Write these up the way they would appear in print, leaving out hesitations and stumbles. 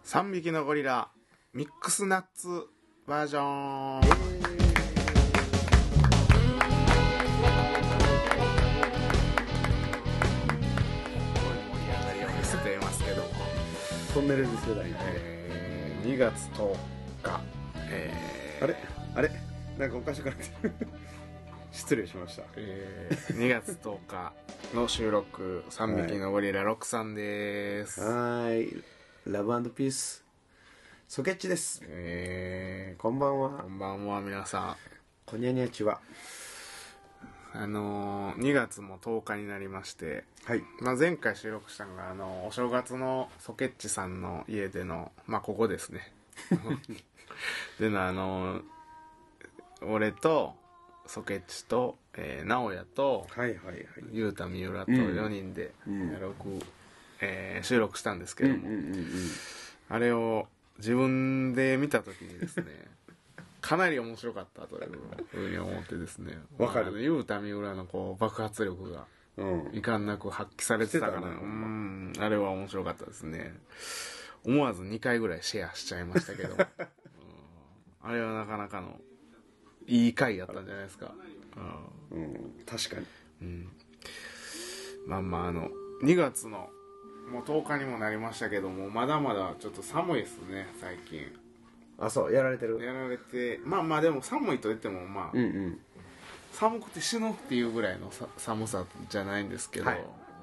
3匹のゴリラミックスナッツバージョン。これ盛り上がりを見せていますけども、 トンネルですよ、 2月10日、 あれなんかおかしくなってる失礼しました。 2月10日の収録、3匹のゴリラ6さんです。 ラブ&ピースソケッチです。こんばんは。 こんばんは皆さん。 こにゃにゃちは。 2月も10日になりまして、 はい。 前回収録したのがお正月のソケッチさんの家でのここですねでの俺とソケッチと、直哉と、ゆうたみうらと4人で収録したんですけども、あれを自分で見た時にですねかなり面白かったというふうに思ってですね、 わかる。 ゆうたみうらの爆発力がいかんなく発揮されてたから、あれは面白かったですね。思わず2回ぐらいシェアしちゃいましたけどあれはなかなかのいい回やったんじゃないですか。 確かに。 2月のもう10日にもなりましたけども、まだまだちょっと寒いですね最近。 そうやられてる。 やられて、でも寒いと言っても寒くて死ぬっていうぐらいの寒さじゃないんですけど、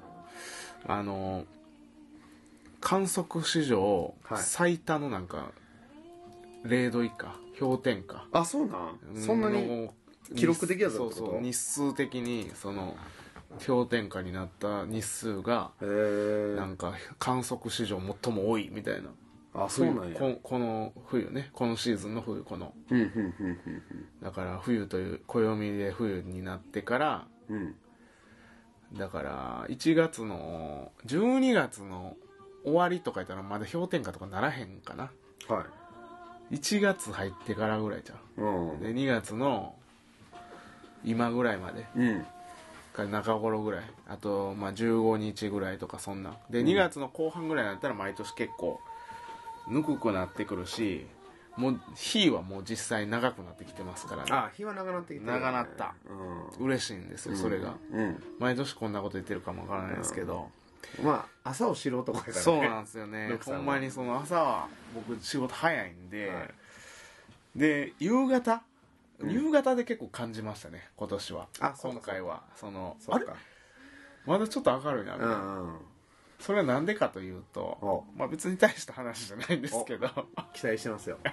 観測史上最多の0度以下氷点下。 そうなん。そんなに記録的やったってこと？ 日数的に氷点下になった日数が観測史上最も多いみたいな。 そうなんや。 この冬ね、このシーズンの冬、だから冬という暦で冬になってから、だから12月の終わりとか言ったらまだ氷点下とかならへんかな。1月入ってからぐらいじゃん。で2月の今ぐらいまで、中頃ぐらい、あと15日ぐらいとかそんなで、2月の後半ぐらいになったら毎年結構ぬくくなってくるし、もう日はもう実際長くなってきてますからね。 日は長なってきてる、 長なった、嬉しいんですよそれが、毎年こんなこと言ってるかもわからないですけど、 朝を知る男やからね。 そうなんですよね。ほんまに朝は僕仕事早いんで、で夕方で結構感じましたね今年は。今回はあれまだちょっと明るいなみたいな。それはなんでかというと、別に大した話じゃないんですけど期待してますよ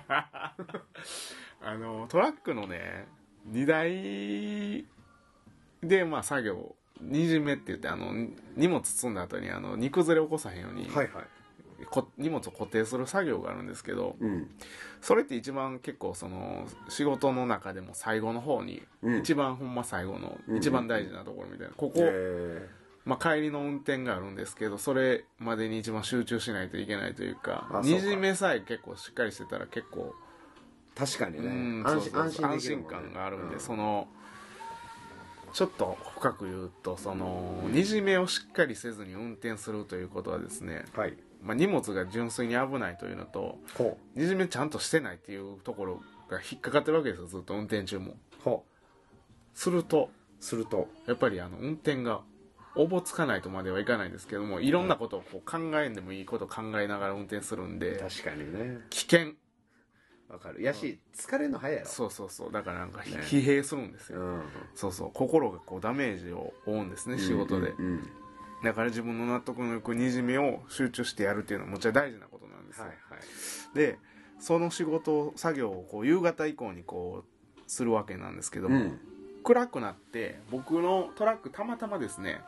トラックのね荷台で作業、荷締めって言って荷物積んだ後に荷崩れ起こさへんように、荷物を固定する作業があるんですけど、それって一番結構仕事の中でも最後の方に、一番ほんま最後の一番大事なところみたいな、ここ帰りの運転があるんですけど、それまでに一番集中しないといけないというか、荷締めさえ結構しっかりしてたら結構確かにね、 安心感があるんで、ちょっと深く言うと荷締めをしっかりせずに運転するということはですね、荷物が純粋に危ないというのと、荷締めちゃんとしてないっていうところが引っかかってるわけですよ、ずっと運転中も。するとやっぱり運転がおぼつかないとまではいかないんですけども、いろんなことを考えんでもいいことを考えながら運転するんで、 確かにね、 危険。 わかる。やし、疲れるの早いやろ。 そうだから疲弊するんですよ。心がダメージを負うんですね、仕事で。だから自分の納得のいく荷締めを集中してやるっていうのはむちゃ大事なことなんですよ。でその作業を夕方以降にするわけなんですけども、暗くなって僕のトラックたまたまですね、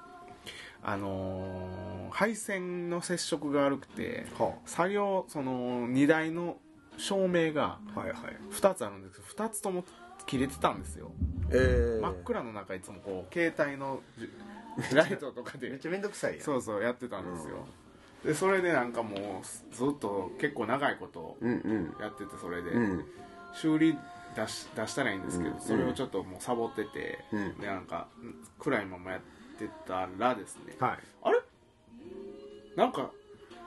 配線の接触が悪くて、作業荷台の照明が2つあるんですけど、2つとも切れてたんですよ。真っ暗の中いつも携帯のライトとかでめっちゃめんどくさいやん。やってたんですよ。でそれでもうずっと結構長いことやってて、それで修理出したらいいんですけど、それをちょっともうサボってて、で暗いままやってたらですね、あれ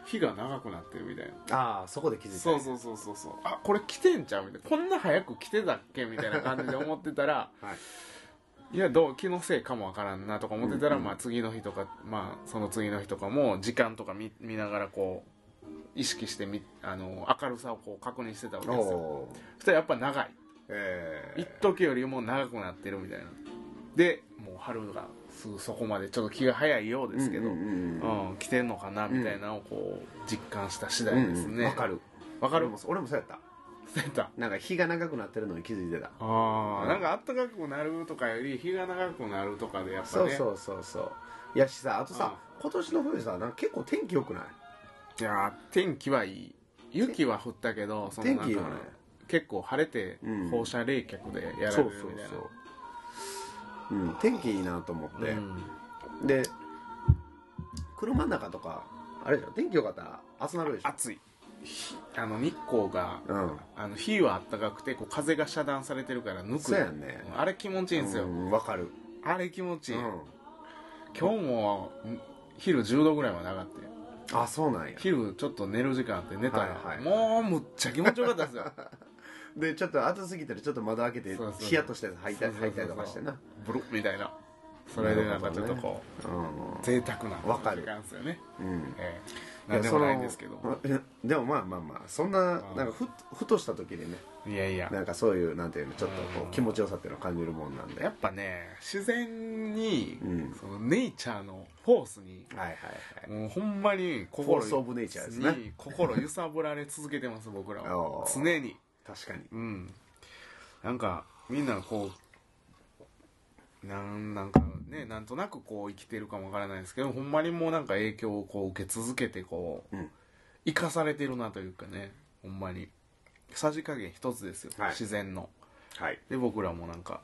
日が長くなってるみたいな。 ああそこで気づいた。 そうあ、これ来てんちゃうみたいな、こんな早く来てたっけみたいな感じで思ってたら、はい、いや気のせいかもわからんなとか思ってたら、まあ次の日とか、まあその次の日とかも時間とか見ながらこう意識して明るさをこう確認してたわけですよ。そしたらやっぱ長い、一時よりも長くなってるみたいな。でもう春がすぐそこまで、ちょっと気が早いようですけど、来てんのかなみたいなのをこう実感した次第ですね。 わかる。俺もそうやった。なんか日が長くなってるのに気づいてた。 なんか暖かくなるとかより日が長くなるとかでやっぱね。 そういやしさ、あとさ、今年の冬さ、なんか結構天気良くない？ いや天気はいい。雪は降ったけど、 天気いいよね。 結構晴れて放射冷却でやられるみたいな。 天気いいなと思って、で車の中とかあれじゃん、天気良かったら暑なるでしょ。 暑い。日光が、日は暖かくてこう風が遮断されてるから抜く。 そうやんね。 あれ気持ちいいんですよ。 わかる。 あれ気持ちいい。今日も昼10度ぐらいまで上がって。 あ、そうなんや。 昼ちょっと寝る時間あって寝たら、もうむっちゃ気持ちよかったですよ。 でちょっと暑すぎたらちょっと窓開けてヒヤッとして吐いたりとかしてな、 ブルッみたたいな。それでなんかちょっとこう贅沢なわかる時間ですよね。なんでもないんですけど。 でもまあそんななんかふとした時にね、 いやなんかそういうなんていうのちょっとこう気持ちよさっていうのを感じるもんなんで、 やっぱね自然にそのネイチャーのフォースにもうほんまにフォースオブネイチャーですね。 心揺さぶられ続けてます僕らは常に。 確かに。 なんかみんなこうなんかね、なんとなくこう生きてるかもわからないですけど、ほんまにもうなんか影響をこう受け続けてこう、生かされてるなというかね、ほんまにさじ加減一つですよ、自然の。で僕らもなんか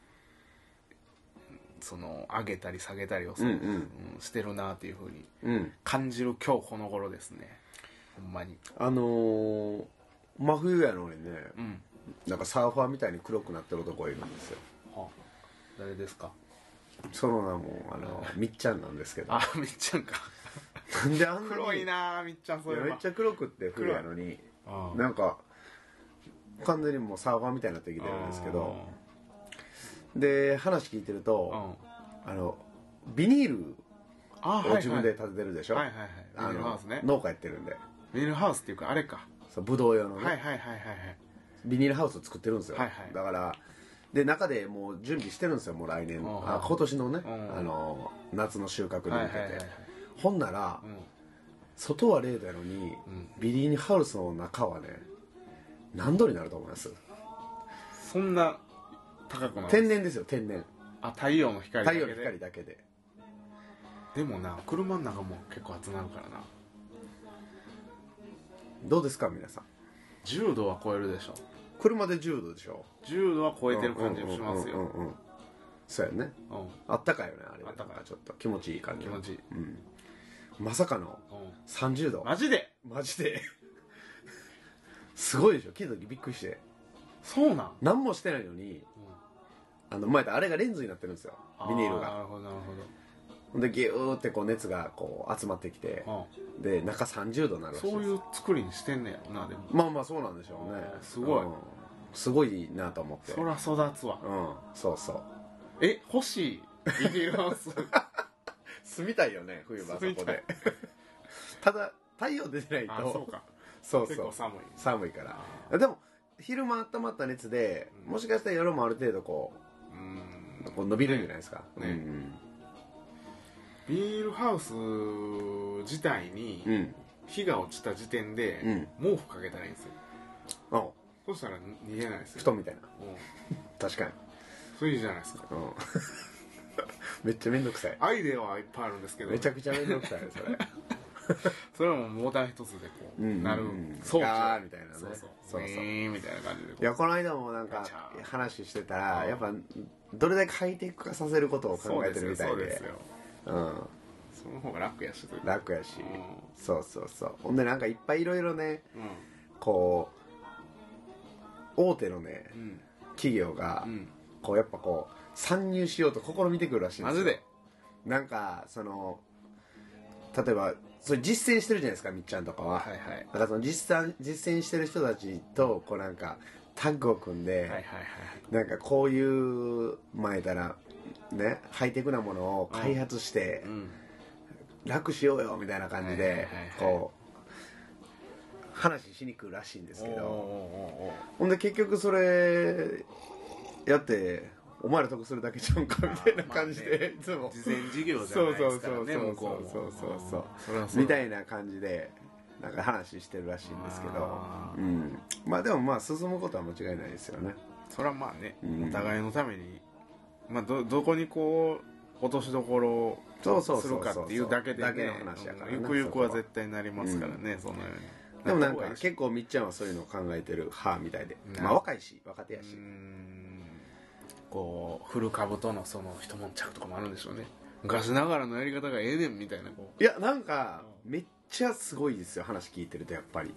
その上げたり下げたりをしてるなっていうふうに感じる今日この頃ですね、ほんまに。 真冬やのにね、なんかサーファーみたいに黒くなってる男がいるんですよ。 誰ですか？ その名もみっちゃんなんですけど。 あ、みっちゃんか。 なんであんなに黒いなみっちゃん。そういえばめっちゃ黒くって冬やのに、なんか完全にもうサーファーみたいになってきてるんですけど、で話聞いてると、ビニールを自分で建ててるでしょ。 ビニールハウスね。 農家やってるんで。 ビニールハウスっていうかあれか、 ブドウ用のね、ビニールハウスを作ってるんですよ。だからで中でもう準備してるんですよ、もう来年今年のね、夏の収穫に向けて。ほんなら外は0度やのにビニールハウスの中はね何度になると思います？ そんな高くなる？ 天然ですよ、天然。 太陽の光だけで。 太陽の光だけで。 でもな、車の中も結構暑なるからな。 どうですか皆さん。 10度は超えるでしょ。 車で10度でしょ。 10度は超えてる感じがしますよ。 そうやね。あったかいよね、あれ。あったかい。ちょっと気持ちいい感じ。 気持ちいい。 まさかの30度。 マジで？ マジで。すごいでしょ。聞いた時びっくりして。 そうなん？ 何もしてないのに、前あれがレンズになってるんですよ、ビニールが。 なるほどなるほど。でギューってこう熱がこう集まってきて、で中30度になるらしいです。 そういう作りにしてんねやろな。でもまあそうなんでしょうね。 すごい、 すごいなと思って。 そら育つわ。 そうそう。 欲しいビニールハウス。 住みたいよね、冬場そこで。ただ太陽出てないと。 そうか。 そう結構寒いから。でも昼間温まった熱で、もしかしたら夜もある程度こう伸びるんじゃないですかね。 ビニールハウス自体に火が落ちた時点で毛布かけたらいいんですよ。そしたら逃げないですよ。 布団みたいな。確かにそれいいじゃないですか。 めっちゃめんどくさい。 アイデアはいっぱいあるんですけど、 めちゃくちゃめんどくさいそれ。 それはもうボタン一つでこうなる装置みたいなね。 そうみたいな感じで。 いやこの間もなんか話してたら、やっぱどれだけハイテク化させることを考えてるみたいで。その方が楽やし。 楽やし。そうほんでなんかいっぱいいろいろね、こう大手のね企業がこうやっぱこう参入しようと試みてくるらしいんですよ。 マジで？ なんかその例えばそれ実践してるじゃないですか、みっちゃんとかは。 はいはい。 だからその実践してる人たちとこうなんかタッグを組んで、 はいはいはい。 なんかこういう前からねハイテクなものを開発して、楽しようよみたいな感じでこう話しに来るらしいんですけど、ほんで結局それやってお前ら得するだけちゃうんかみたいな感じで、いつも事前事業じゃないですからね、向こうも。 そうみたいな感じでなんか話してるらしいんですけど、まあでもまあ進むことは間違いないですよね。 それはまあね、お互いのために、まあどこにこう落としどころをするかっていうだけでね、ゆくゆくは絶対なりますからね、そのように。 でもなんか結構みっちゃんはそういうのを考えてる派みたいで、まあ若いし若手やし、 こうフル株とのその一悶着とかもあるんでしょうね。昔ながらのやり方がええねんみたいな。こういやなんかめっちゃすごいですよ、話聞いてると。やっぱり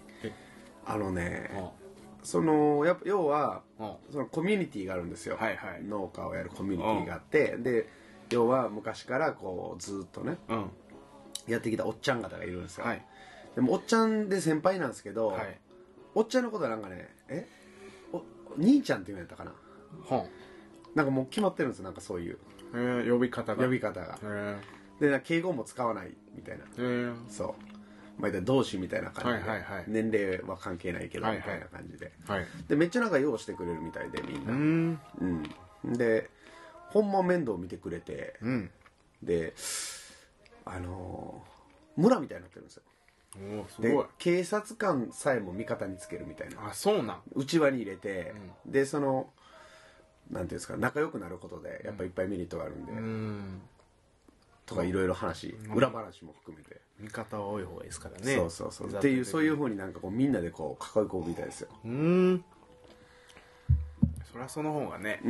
その要はそのコミュニティがあるんですよ、農家をやるコミュニティがあって、で要は昔からこうずっとね、やってきたおっちゃん方がいるんですよ、でもおっちゃんで先輩なんですけど、おっちゃんのことはなんかね兄ちゃんって言うんやったかな、なんかもう決まってるんですよ、なんかそういう呼び方がで敬語も使わないみたいな、そうまあ同志みたいな感じで、年齢は関係ないけどみたいな感じで、でめっちゃなんか用してくれるみたいでみんな、でほんま面倒見てくれて、で村みたいになってるんですよ。で警察官さえも味方につけるみたいな、内輪に入れて、でそのなんていうんですか、仲良くなることでやっぱいっぱいメリットがあるんで、とかいろいろ話、裏話も含めて味方は多い方がいいですからね。 そうっていう、そういうふうになんかこうみんなでこう囲い込むみたいですよ。 そりゃその方がね。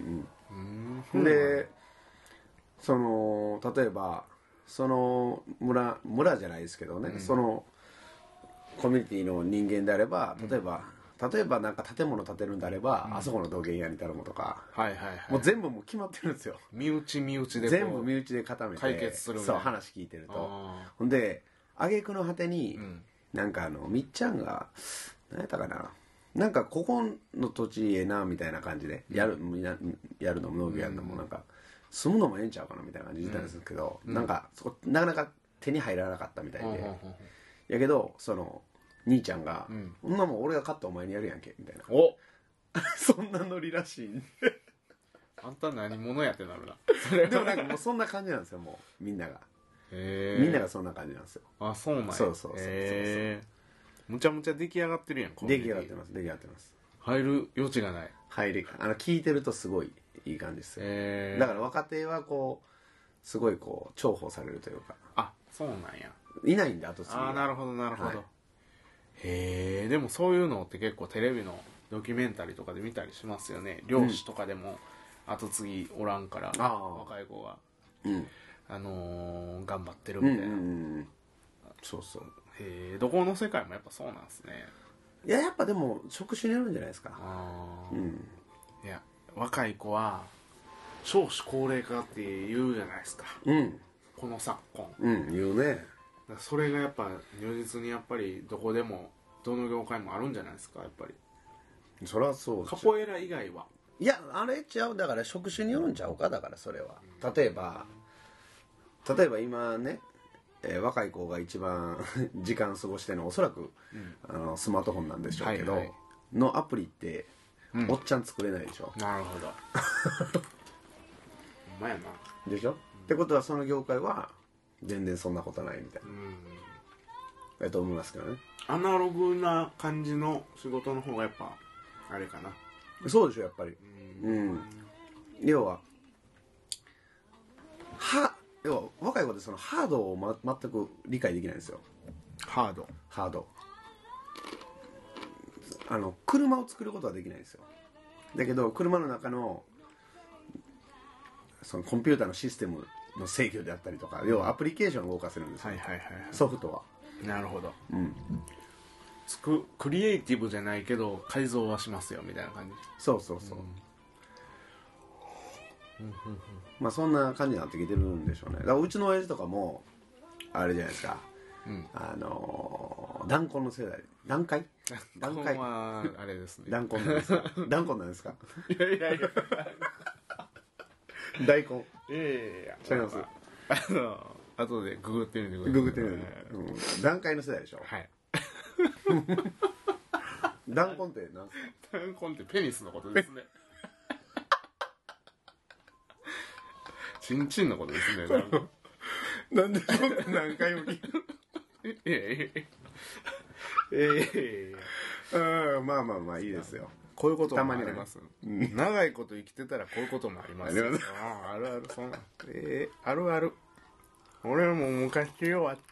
でその例えばその村じゃないですけどね、そのコミュニティの人間であれば、例えばなんか建物建てるんであれば、あそこの土建屋に頼むとか、もう全部もう決まってるんですよ。 身内で全部身内で固めて解決する。 そう話聞いてると、ほんで挙句の果てに、なんかみっちゃんが何やったかな、なんかここの土地ええなみたいな感じでやるのも農業やるのもなんか住むのもええんちゃうかなみたいな感じで言ったんですけど、なんかそこなかなか手に入らなかったみたいで、やけどその兄ちゃんが「そんなもん俺が買ってお前にやるやんけ」みたいな、そんなノリらしいんであんた何者やってなるなでもなんかもうそんな感じなんですよ、もうみんながそんな感じなんですよ。 あ、そうなんや。 そうむちゃむちゃ出来上がってるやん。 出来上がってます入る余地がない。 聞いてるとすごいいい感じですよ。だから若手はこうすごいこう重宝されるというか。 あ、そうなんや。 いないんで後継ぎが。 なるほど。へえ。でもそういうのって結構テレビのドキュメンタリーとかで見たりしますよね。漁師とかでも後継ぎおらんから、若い子が頑張ってるみたいな。 そう。 へえ。どこの世界もやっぱそうなんですね。 いや、やっぱでも職種によるんじゃないですか。 いや、若い子は少子高齢化って言うじゃないですか、この昨今。 言うね。 それがやっぱ如実にやっぱりどこでもどの業界もあるんじゃないですか、やっぱり。 そりゃそう。 カポエラ以外は。 いや、あれちゃう、だから職種によるんちゃうか。だからそれは例えば今ね、若い子が一番時間過ごしてるのはおそらく、スマートフォンなんでしょうけど、のアプリって、おっちゃん作れないでしょ。 なるほどお前やなでしょ、ってことはその業界は全然そんなことないみたいな、と思いますけどね。 アナログな感じの仕事の方がやっぱあれかな。 そうでしょ、やっぱり。要は若い子ってそのハードを、全く理解できないんですよ。ハード車を作ることはできないんですよ。だけど車の中のそのコンピューターのシステムの制御であったりとか、要はアプリケーションを動かせるんですよ、ソフトは。 なるほど。クリエイティブじゃないけど改造はしますよみたいな感じ。 そう、まあそんな感じになってきてるんでしょうね。だからうちの親父とかもあれじゃないですか、 弾痕の世代、段階はあれですね。 弾痕なんですか？弾痕なんですか？いやいやいや大根。 いやいやいや、 違います。 後でググってみてください。 ググってみて、段階の世代でしょ。 はい。 弾痕って何ですか？弾痕ってペニスのことですね。チンチンのことですね。 なんで何回も聞いて。まあまあまあいいですよ。 こういうこともあります。長いこと生きてたらこういうこともあります。あるある、そんな。あるある。俺も昔よあった。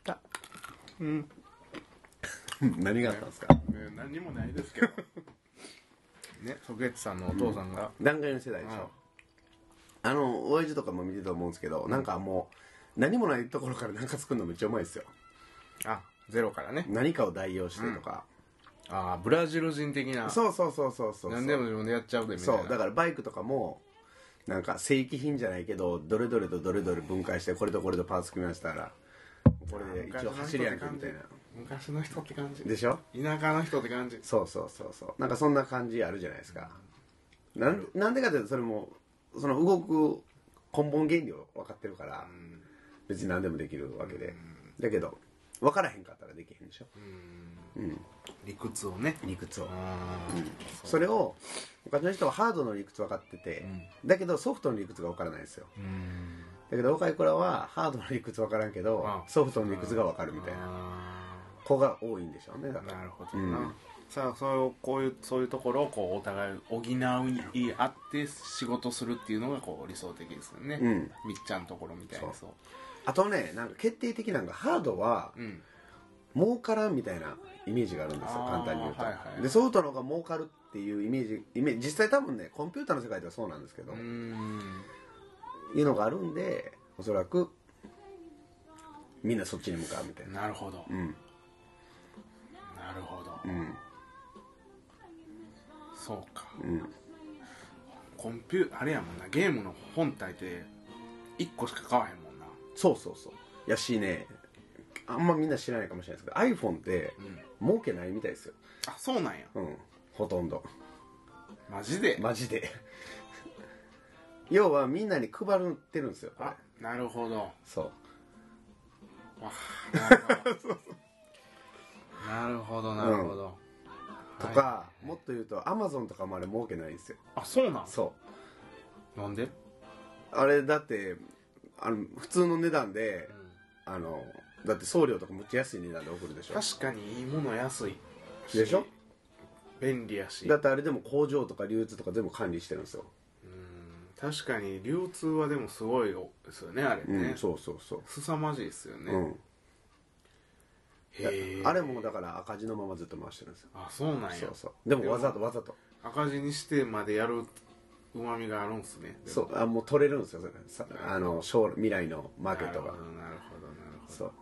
何があったんですか？ 何もないですけど。ね、ソケッチさんのお父さんが。 段階の世代でしょ。親父とかも見てると思うんですけど、なんかもう、何もないところから何か作るのめっちゃうまいですよ。 あ、ゼロからね。 何かを代用してとか。 ブラジル人的な。 そう。 何でも自分でやっちゃうでみたいな。 そう、だからバイクとかも、なんか正規品じゃないけど、どれどれとどれどれ分解して、これとこれとパーツ組みましたら、これで一応走りやんけみたいな。 昔の人って感じ。 でしょ？ 田舎の人って感じ。 そう。なんかそんな感じあるじゃないですか。なんでかというと、それも、その動く根本原理を分かってるから、別に何でもできるわけで。だけど、分からへんかったらできへんでしょ。 理屈をね。 理屈を。それを、昔の人はハードの理屈分かってて、だけどソフトの理屈が分からないんですよ。だけど若い子らはハードの理屈分からんけど、ソフトの理屈が分かるみたいな子が多いんでしょうね。だからなるほどな。さあそういうところをこうお互い補い合って仕事するっていうのがこう理想的ですよね。みっちゃんのところみたいな。そう。 あとね、なんか決定的なのがハードは儲からんみたいなイメージがあるんですよ、簡単に言うと。でソフトの方が儲かるっていうイメージ実際多分ねコンピューターの世界ではそうなんですけど、いうのがあるんで、おそらくみんなそっちに向かうみたいな。 なるほど。なるほど。そうか。あれやもんな、ゲームの本体って1個しか買わへんもんな。 そうやしね、あんまみんな知らないかもしれないですけど iPhone って儲けないみたいですよ。 あ、そうなんや。 ほとんど。 マジで要はみんなに配ってるんですよ。 あ、なるほど。 そう。 なるほどとか、もっと言うと Amazon とかもあれ儲けないんですよ。 あ、そうなん？ そう。 なんで？ あれだって普通の値段で、だって送料とかむっちゃ安い値段で送るでしょ。 確かにいいもの安いでしょ。 便利やし。 だってあれでも工場とか流通とか全部管理してるんですよ。 確かに流通はでもすごいですよね、あれね。 そう凄まじいですよね。 あれもだから赤字のままずっと回してるんですよ。 あ、そうなんや。 でもわざと赤字にしてまでやるうまみがあるんですね。 そう、もう取れるんですよ、未来のマーケットが。 なるほど。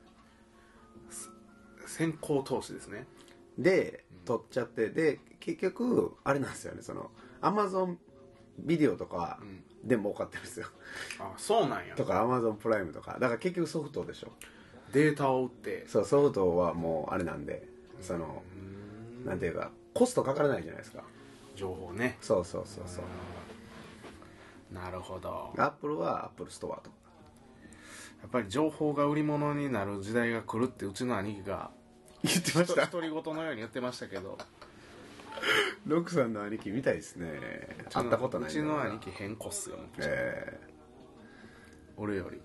先行投資ですね。 で取っちゃって、で結局あれなんですよね、Amazon ビデオとかで儲かってるんですよ。 あ、そうなんや。 とか Amazon プライムとか、だから結局ソフトでしょ。 データを売って。 そう、ソフトはもうあれなんで、なんていうかコストかからないじゃないですか、 情報ね。 そうなるほど。 アップルはアップルストアとか、 やっぱり情報が売り物になる時代が来るってうちの兄貴が言ってました。 独り言のように言ってましたけど。 ロックさんの兄貴みたいですね。会ったことない。 うちの兄貴変更っすよ。俺より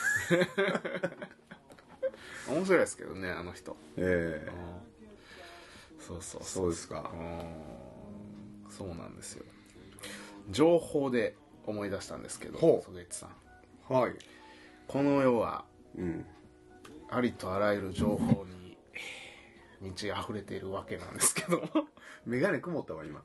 面白いですけどね、あの人。 そうですか。 そうなんですよ。情報で思い出したんですけど、ソゲッチさん。 はい。 この世は、ありとあらゆる情報に満ち溢れているわけなんですけどメガネ曇ったわ今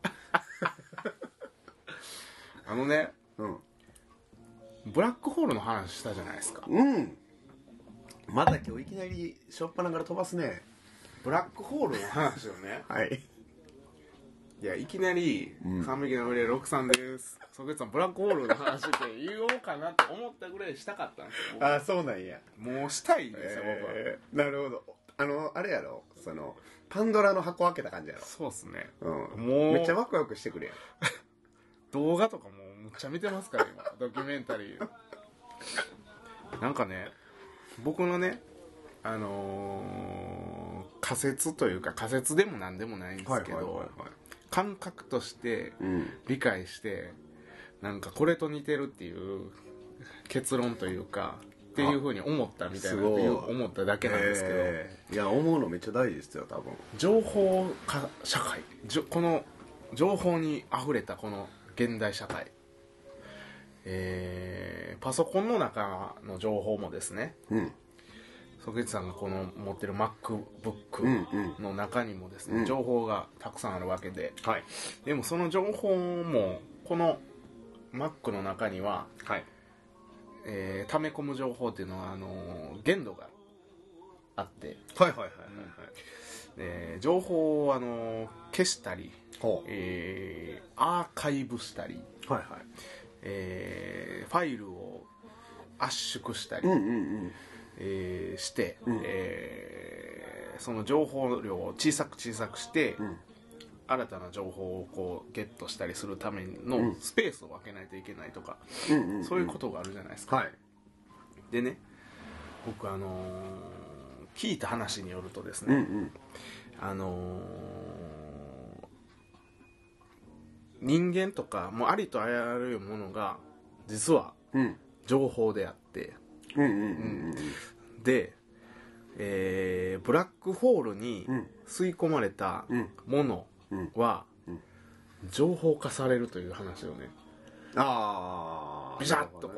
ブラックホールの話したじゃないですか。 まだ今日いきなりしょっぱなから飛ばすね。 ブラックホールの話をねはい。 いやいきなり3匹の群れ63ですソケツさんブラックホールの話って言おうかなって思ったぐらいしたかったんですよ。 あ、そうなんや。 もうしたいんですよ、僕は。なるほど。あれやろ、パンドラの箱開けた感じやろ。 そうっすね。 もうめっちゃワクワクしてくれやん。 動画とかもむっちゃ見てますから今ドキュメンタリーなんかね、僕のね仮説というか仮説でもなんでもないんですけど、感覚として理解して、なんかこれと似てるっていう結論というかっていう風に思ったみたいな思っただけなんですけど、 いや思うのめっちゃ大事ですよ多分。 情報化社会、この情報にあふれたこの現代社会、パソコンの中の情報もですね、ソケツさんがこの持ってる MacBook の中にもですね、情報がたくさんあるわけで、でもその情報もこの Mac の中には、溜め込む情報っていうのは限度があって、情報を消したり、アーカイブしたり、ファイルを圧縮したりして、その情報量を小さくして、新たな情報をこうゲットしたりするためのスペースを空けないといけないとか、そういうことがあるじゃないですか。でね、僕聞いた話によるとですね、人間とかもうありとあらゆるものが実は情報であって、で、ブラックホールに吸い込まれたものは情報化されるという話をね、ビシャッと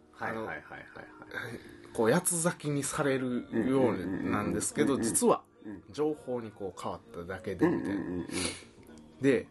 こう八つ咲きにされるようなんですけど、実は情報にこう変わっただけでみたいなで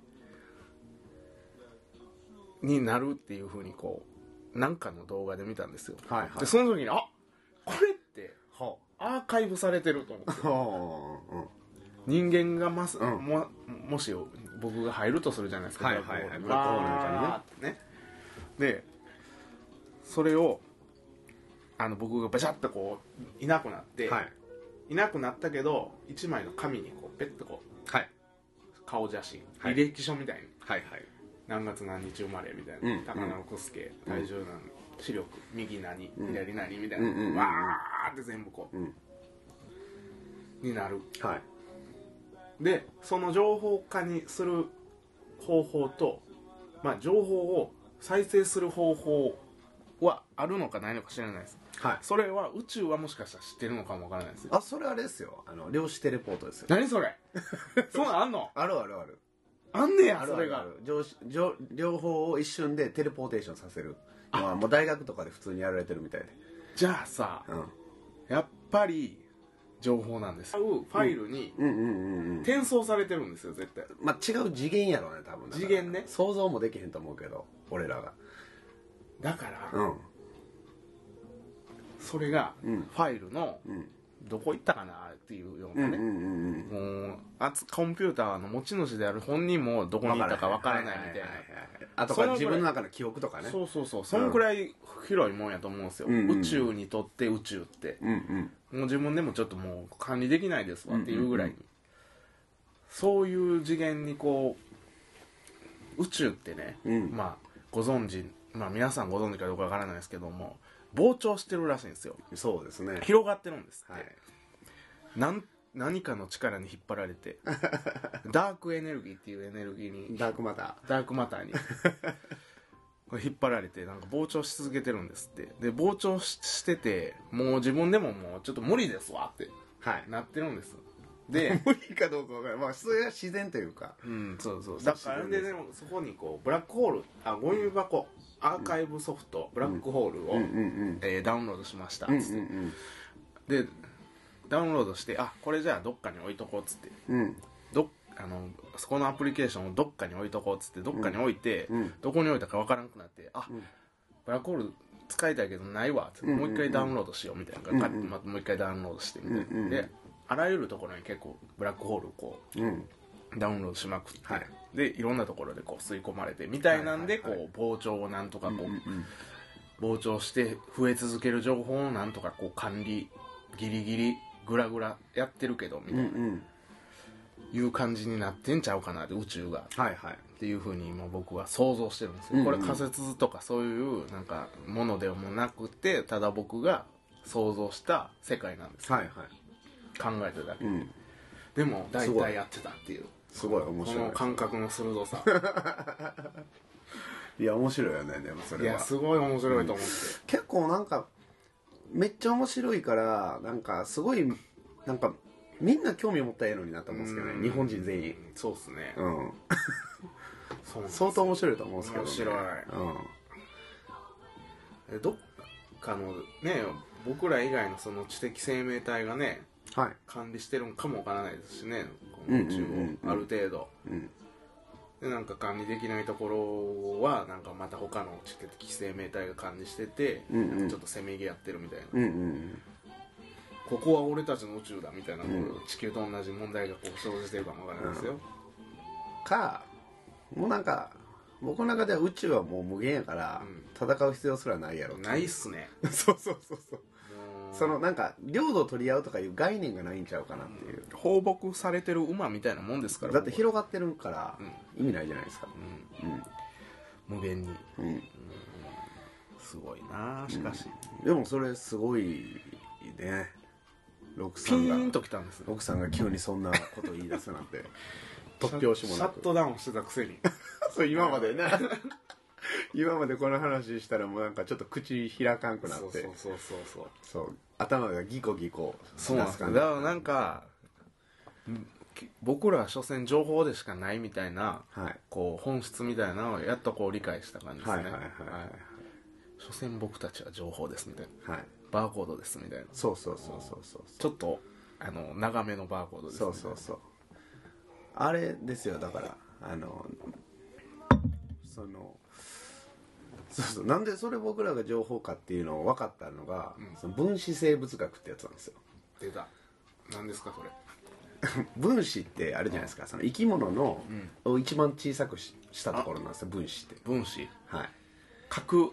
になるっていう風にこうなんかの動画で見たんですよ。でその時にこれってアーカイブされてると思って、人間がもし僕が入るとするじゃないですか、ブラックホールにわーってね。でそれを僕がバシャッとこういなくなって、いなくなったけど一枚の紙にこうペッとこう、顔写真、履歴書みたいに、何月何日生まれみたいな、高野久助、体重何、視力右何、左何みたいな、わーって全部こうになる。でその情報化にする方法と、情報を再生する方法はあるのかないのか知らないです。それは宇宙はもしかしたら知ってるのかもわからないですよ。 それあれですよ、量子テレポートですよ。 何それそんなんあんの？ あるあんねや。それが両方を一瞬でテレポーテーションさせる。もう大学とかで普通にやられてるみたいで。 じゃあさ、やっぱり情報なんです。ファイルに転送されてるんですよ、絶対。 違う次元やろね、多分。 次元ね。 想像もできへんと思うけど、俺らが。 だから、それがファイルのどこ行ったかなっていうようなね、もうコンピューターの持ち主である本人もどこに行ったかわからないみたいな、 あとか自分の中の記憶とかね。 そうそんくらい広いもんやと思うんですよ、宇宙にとって宇宙って、もう自分でもちょっともう管理できないですわっていうぐらいに、そういう次元にこう宇宙ってね、ご存知、皆さんご存知かどうかわからないですけども、膨張してるらしいんですよ。 そうですね。 広がってるんですって、何かの力に引っ張られてダークエネルギーっていうエネルギーに、 ダークマターにこれ引っ張られてなんか膨張し続けてるんですって。で膨張してて、もう自分でももうちょっと無理ですわってなってるんです。で無理かどうかわからない。それは自然というか、 そうだからでもそこにこうブラックホール、ゴミ箱、アーカイブソフト、ブラックホールをダウンロードしましたっつって、でダウンロードして、これじゃあどっかに置いとこうっつって、そこのアプリケーションをどっかに置いとこうっつってどっかに置いて、どこに置いたかわからなくなって、ブラックホール使いたいけどないわっつって、もう一回ダウンロードしようみたいな、もう一回ダウンロードしてみたいな、であらゆるところに結構ブラックホールをこうダウンロードしまくって、 はい、 でいろんなところでこう吸い込まれてみたいなんで、こう膨張をなんとかこう、膨張して増え続ける情報をなんとかこう管理ギリギリグラグラやってるけどみたいな、いう感じになってんちゃうかなって宇宙が、っていうふうに今僕は想像してるんですよ、これ仮説とかそういうなんかものでもなくて、ただ僕が想像した世界なんですよ、考えてるだけ、でも大体やってたっていう、 すごい面白い、 この感覚の鋭さいや面白いよね。でもそれはいやすごい面白いと思って、 結構なんかめっちゃ面白いから、なんかすごいなんかみんな興味を持ったらええのになと思うんですけどね、日本人全員。 そうっすね、 相当面白いと思うんですけどね。 面白い、どっかのね、僕ら以外のその知的生命体がね、管理してるんかもわからないですしね、この宇宙をある程度、でなんか管理できないところはなんかまた他の知的生命体が管理してて、ちょっとせめぎ合ってるみたいな、ここは俺たちの宇宙だみたいな、地球と同じ問題がこう生じてるかもわからないですよ、 もうなんか僕の中では宇宙はもう無限やから、戦う必要すらないやろ。 ないっすねそうそのなんか領土を取り合うとかいう概念がないんちゃうかなっていう、 放牧されてる馬みたいなもんですから、 だって広がってるから、意味ないじゃないですか、 無限に、すごいなしかし、 でもそれすごいね。ロクピーンときたんです、 ロクさんが急にそんなこと言い出すなんて突拍子もなくシャットダウンしてたくせにそう今までね今までこの話したらもうなんかちょっと口開かんくなって、そう頭がギコギコしますから、だからなんか僕らは所詮情報でしかないみたいな、こう本質みたいなのをやっとこう理解した感じですね。所詮僕たちは情報ですみたいな、バーコードですみたいな、 そうちょっと長めのバーコードですみたいな、 そうあれですよ。だからそうなんでそれ僕らが情報かっていうのを分かったのが、その分子生物学ってやつなんですよ。 出た。何ですかそれ分子ってあるじゃないですか、その生き物の、を一番小さくしたところなんですよ、分子って。 分子、 核、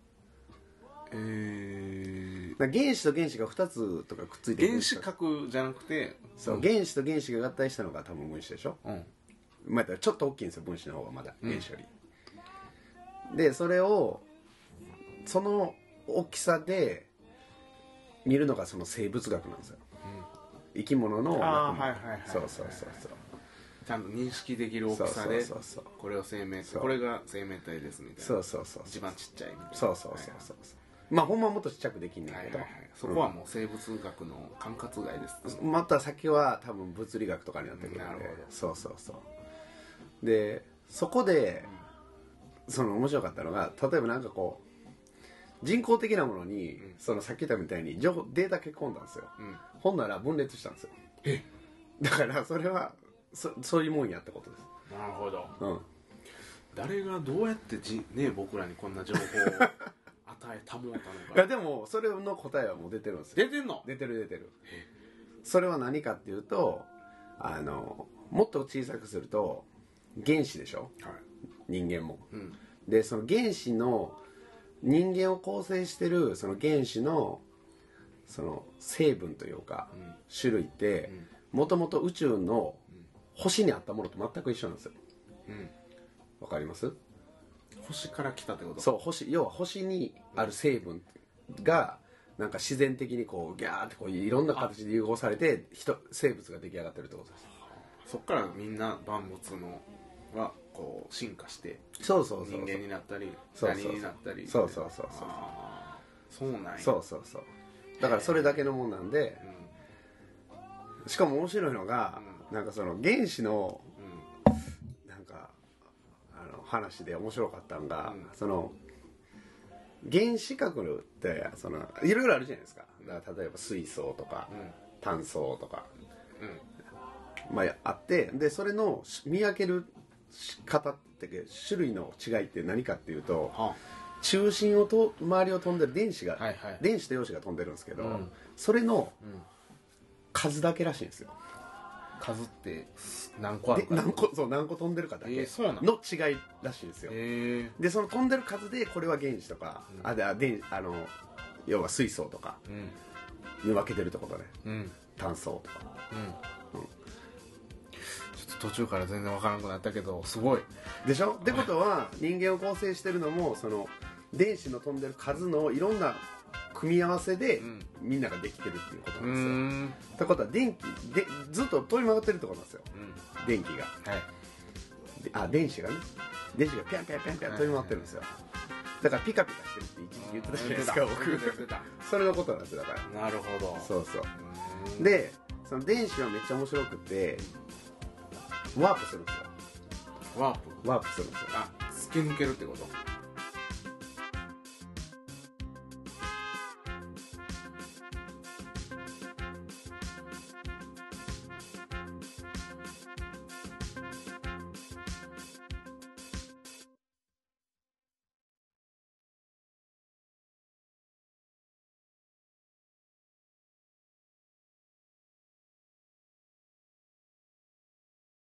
原子と原子が2つとかくっついてる、 原子核じゃなくて、 そう原子と原子が合体したのが多分分子でしょ、まあ、ちょっと大きいんですよ分子の方がまだ原子より、でそれをその大きさで見るのがその生物学なんですよ、生き物のそうちゃんと認識できる大きさで、これをこれが生命体ですみたいな、一番ちっちゃいみたいな、 そうまあほんまはもっとちっちゃくできんねんけど、 そこはもう生物学の管轄外です、 また先は多分物理学とかになってくるので、そうでそこでその面白かったのが、例えばなんかこう人工的なものに、そのさっき言ったみたいにデータ書き込んだんですよ、ほんなら分裂したんですよ。だからそれはそういうもんやってことです。 なるほど、誰がどうやって僕らにこんな情報を与えたもうたのかいやでもそれの答えはもう出てるんですよ。 出てんの？ 出てる。それは何かっていうと、もっと小さくすると原子でしょ、人間も、でその原子の人間を構成してるその原子のその成分というか、種類ってもともと宇宙の星にあったものと全く一緒なんですよ。わかります？ 星から来たってこと？ そう、要は星にある成分がなんか自然的にこうギャーってこういろんな形で融合されて生物が出来上がってるってことです。 そっからみんな万物のはこう進化して人間になったり何になったり、 そうなんや。 そうだからそれだけのもんなんで、しかも面白いのが、なんかその原子のなんか話で面白かったのが、その原子核ってそのいろいろあるじゃないですか。だから例えば水素とか、炭素とか、まああって、でそれの見分ける方って種類の違いって何かっていうと、中心を周りを飛んでる電子と陽子が飛んでるんですけど、それの数だけらしいんですよ。 数って何個あるか、 何個飛んでるかだけそうなの違いらしいですよ。でその飛んでる数でこれは原子とか、要は水素とかに分けてるってことね、炭素とか、 ちょっと途中から全然分からなくなったけどすごいでしょ。ってことは人間を構成してるのもその電子の飛んでる数のいろんな組み合わせで、みんなができてるっていうことなんですよ。ってことは電気でずっと飛び回ってるってことなんですよ、電気が、電子がピャンピャンピャンピャン飛び回ってるんですよ。だからピカピカしてるって一時期言ってたじゃないですか、僕。それのことなんですよ。だからなるほど。 そうでその電子はめっちゃ面白くてワープするんですよ。ワープするんですよ。 突き抜けるってこと。